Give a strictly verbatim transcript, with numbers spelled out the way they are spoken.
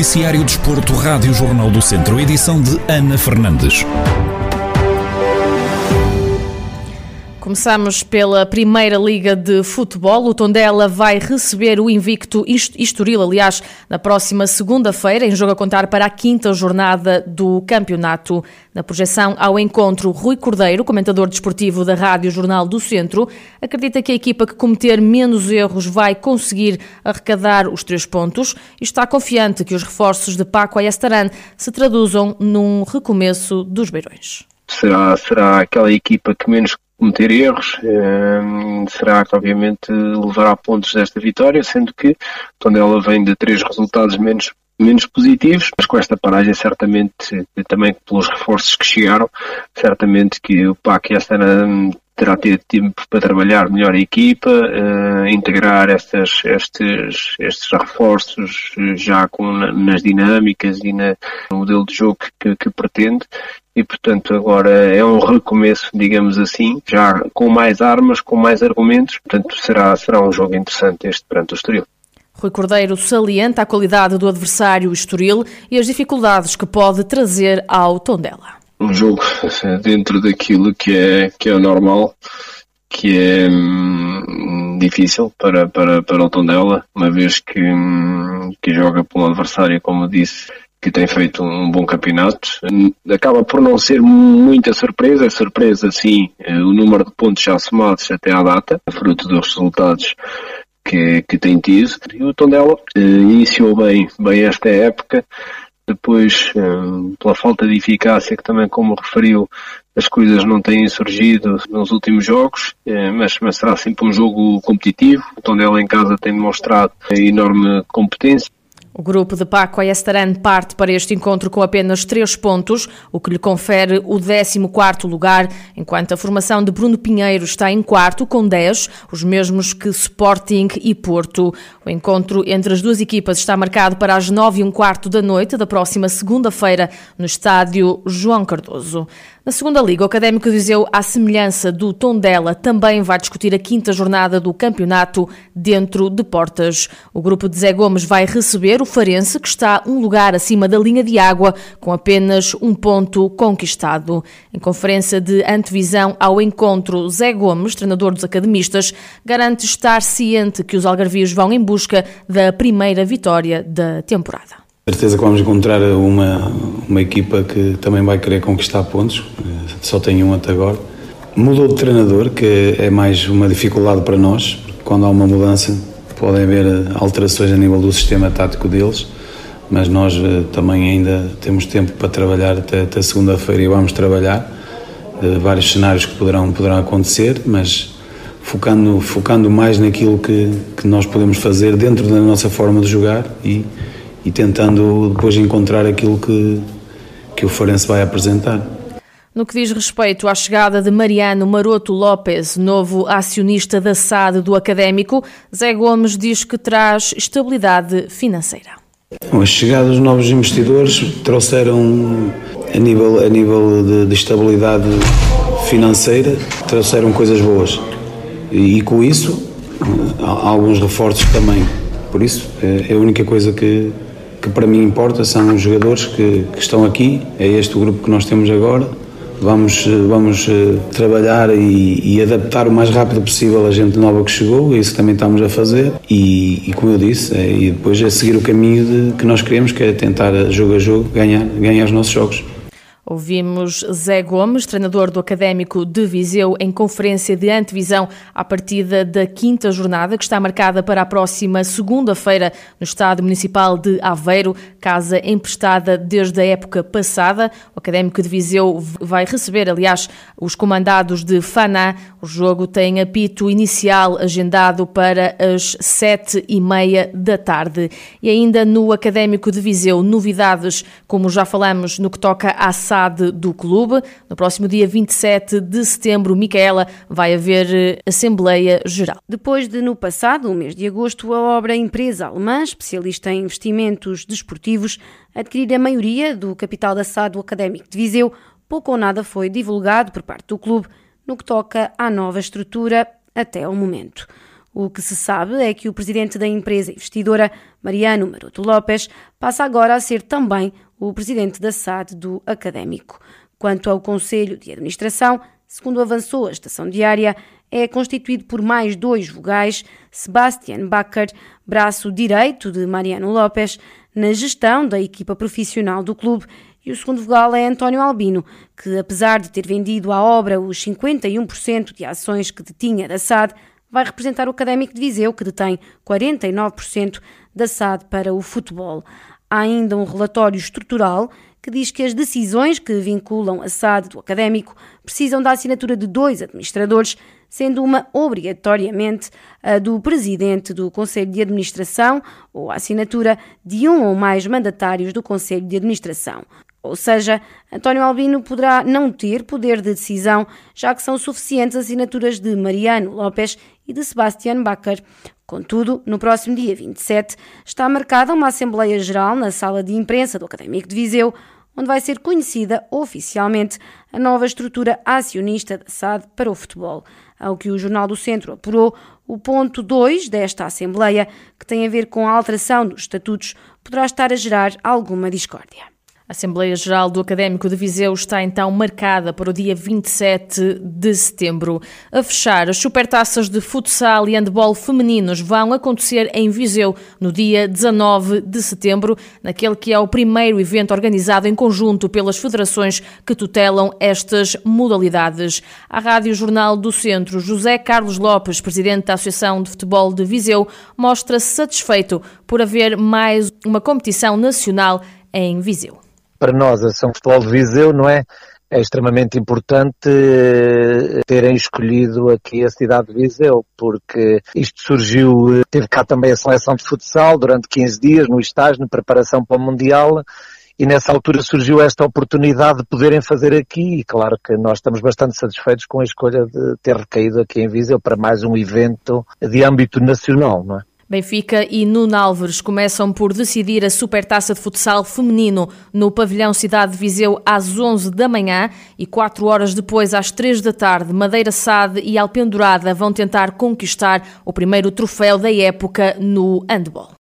Noticiário Desporto, Rádio Jornal do Centro, edição de Ana Fernandes. Começamos pela Primeira Liga de Futebol. O Tondela vai receber o invicto Estoril, aliás, na próxima segunda-feira, em jogo a contar para a quinta jornada do campeonato. Na projeção ao encontro, Rui Cordeiro, comentador desportivo da Rádio Jornal do Centro, acredita que a equipa que cometer menos erros vai conseguir arrecadar os três pontos e está confiante que os reforços de Paco Ayestarán se traduzam num recomeço dos Beirões. Será, será aquela equipa que menos cometer erros, será que obviamente levará pontos desta vitória, sendo que Tondela vem de três resultados menos, menos positivos, mas com esta paragem certamente, também pelos reforços que chegaram, certamente que o Paco Ayestarán terá tido tempo para trabalhar melhor a equipa, uh, integrar estas, estes, estes reforços já com, nas dinâmicas e na, no modelo de jogo que, que pretende. E, portanto, agora é um recomeço, digamos assim, já com mais armas, com mais argumentos. Portanto, será, será um jogo interessante este perante o Estoril. Rui Cordeiro salienta a qualidade do adversário Estoril e as dificuldades que pode trazer ao Tondela. Um jogo dentro daquilo que é, que é normal, que é hum, difícil para, para, para o Tondela, uma vez que, hum, que joga por um adversário, como disse, que tem feito um bom campeonato. Acaba por não ser muita surpresa, é surpresa sim o número de pontos já somados até à data, fruto dos resultados que, que tem tido. E o Tondela eh, iniciou bem, bem esta época, depois eh, pela falta de eficácia, que também, como referiu, as coisas não têm surgido nos últimos jogos, eh, mas, mas será sempre um jogo competitivo. O Tondela em casa tem demonstrado enorme competência. O grupo de Paco Ayestarán parte para este encontro com apenas três pontos, o que lhe confere o décimo quarto lugar, enquanto a formação de Bruno Pinheiro está em quarto com dez, os mesmos que Sporting e Porto. O encontro entre as duas equipas está marcado para as nove e um quarto da noite da próxima segunda-feira no estádio João Cardoso. Na segunda Liga, o Académico de Viseu, à semelhança do Tondela, também vai discutir a quinta jornada do campeonato dentro de portas. O grupo de Zé Gomes vai receber o Farense, que está um lugar acima da linha de água, com apenas um ponto conquistado. Em conferência de antevisão ao encontro, Zé Gomes, treinador dos academistas, garante estar ciente que os algarvios vão em busca da primeira vitória da temporada. Certeza que vamos encontrar uma, uma equipa que também vai querer conquistar pontos, só tem um até agora. Mudou de treinador, que é mais uma dificuldade para nós, quando há uma mudança podem haver alterações a nível do sistema tático deles, mas nós também ainda temos tempo para trabalhar até, até segunda-feira e vamos trabalhar vários cenários que poderão, poderão acontecer, mas focando, focando mais naquilo que, que nós podemos fazer dentro da nossa forma de jogar e e tentando depois encontrar aquilo que, que o Farense vai apresentar. No que diz respeito à chegada de Mariano Maroto Lopes, novo acionista da S A D do Académico, Zé Gomes diz que traz estabilidade financeira. A chegada dos novos investidores trouxeram, a nível, a nível de, de estabilidade financeira, trouxeram coisas boas. E, e com isso, há alguns reforços também. Por isso, é a única coisa que, que para mim importa, são os jogadores que, que estão aqui, é este o grupo que nós temos agora. Vamos, vamos trabalhar e, e adaptar o mais rápido possível a gente nova que chegou, é isso que também estamos a fazer. E, e como eu disse, é, e depois é seguir o caminho de, que nós queremos, que é tentar, jogo a jogo, ganhar, ganhar os nossos jogos. Ouvimos Zé Gomes, treinador do Académico de Viseu, em conferência de antevisão à partida da quinta jornada, que está marcada para a próxima segunda-feira no Estádio Municipal de Aveiro, casa emprestada desde a época passada. O Académico de Viseu vai receber, aliás, os comandados de Faná. O jogo tem apito inicial agendado para as sete e meia da tarde. E ainda no Académico de Viseu, novidades, como já falamos, no que toca à S A D do clube. No próximo dia vinte e sete de setembro, Micaela, vai haver Assembleia Geral. Depois de, no passado, o mês de agosto, a Obra Empresa Alemã, especialista em investimentos desportivos, adquirir a maioria do capital da S A D do Académico de Viseu, pouco ou nada foi divulgado por parte do clube no que toca à nova estrutura até ao momento. O que se sabe é que o presidente da empresa investidora, Mariano Maroto Lopes, passa agora a ser também o presidente da S A D do Académico. Quanto ao Conselho de Administração, segundo avançou a Estação Diária, é constituído por mais dois vogais, Sebastian Bacher, braço direito de Mariano Lopes, na gestão da equipa profissional do clube, e o segundo vogal é António Albino, que, apesar de ter vendido à obra os cinquenta e um por cento de ações que detinha da S A D, vai representar o Académico de Viseu, que detém quarenta e nove por cento da S A D para o futebol. Há ainda um relatório estrutural que diz que as decisões que vinculam a S A D do Académico precisam da assinatura de dois administradores, sendo uma obrigatoriamente a do presidente do Conselho de Administração ou a assinatura de um ou mais mandatários do Conselho de Administração. Ou seja, António Albino poderá não ter poder de decisão, já que são suficientes assinaturas de Mariano Lopes e de Sebastian Bacher. Contudo, no próximo dia vinte e sete está marcada uma Assembleia Geral na Sala de Imprensa do Académico de Viseu, onde vai ser conhecida oficialmente a nova estrutura acionista da S A D para o futebol. Ao que o Jornal do Centro apurou, o ponto dois desta Assembleia, que tem a ver com a alteração dos estatutos, poderá estar a gerar alguma discórdia. A Assembleia Geral do Académico de Viseu está então marcada para o dia vinte e sete de setembro. A fechar, as supertaças de futsal e handball femininos vão acontecer em Viseu no dia dezanove de setembro, naquele que é o primeiro evento organizado em conjunto pelas federações que tutelam estas modalidades. À Rádio Jornal do Centro, José Carlos Lopes, presidente da Associação de Futebol de Viseu, mostra-se satisfeito por haver mais uma competição nacional em Viseu. Para nós, a Associação de Futebol de Viseu, não é? É extremamente importante terem escolhido aqui a cidade de Viseu, porque isto surgiu, teve cá também a seleção de futsal durante quinze dias, no estágio, na preparação para o Mundial, e nessa altura surgiu esta oportunidade de poderem fazer aqui, e claro que nós estamos bastante satisfeitos com a escolha de ter recaído aqui em Viseu para mais um evento de âmbito nacional, não é? Benfica e Nuno Álvares começam por decidir a Supertaça de Futsal feminino no pavilhão Cidade de Viseu às onze da manhã e quatro horas depois, às três da tarde, Madeira S A D e Alpendurada vão tentar conquistar o primeiro troféu da época no handball.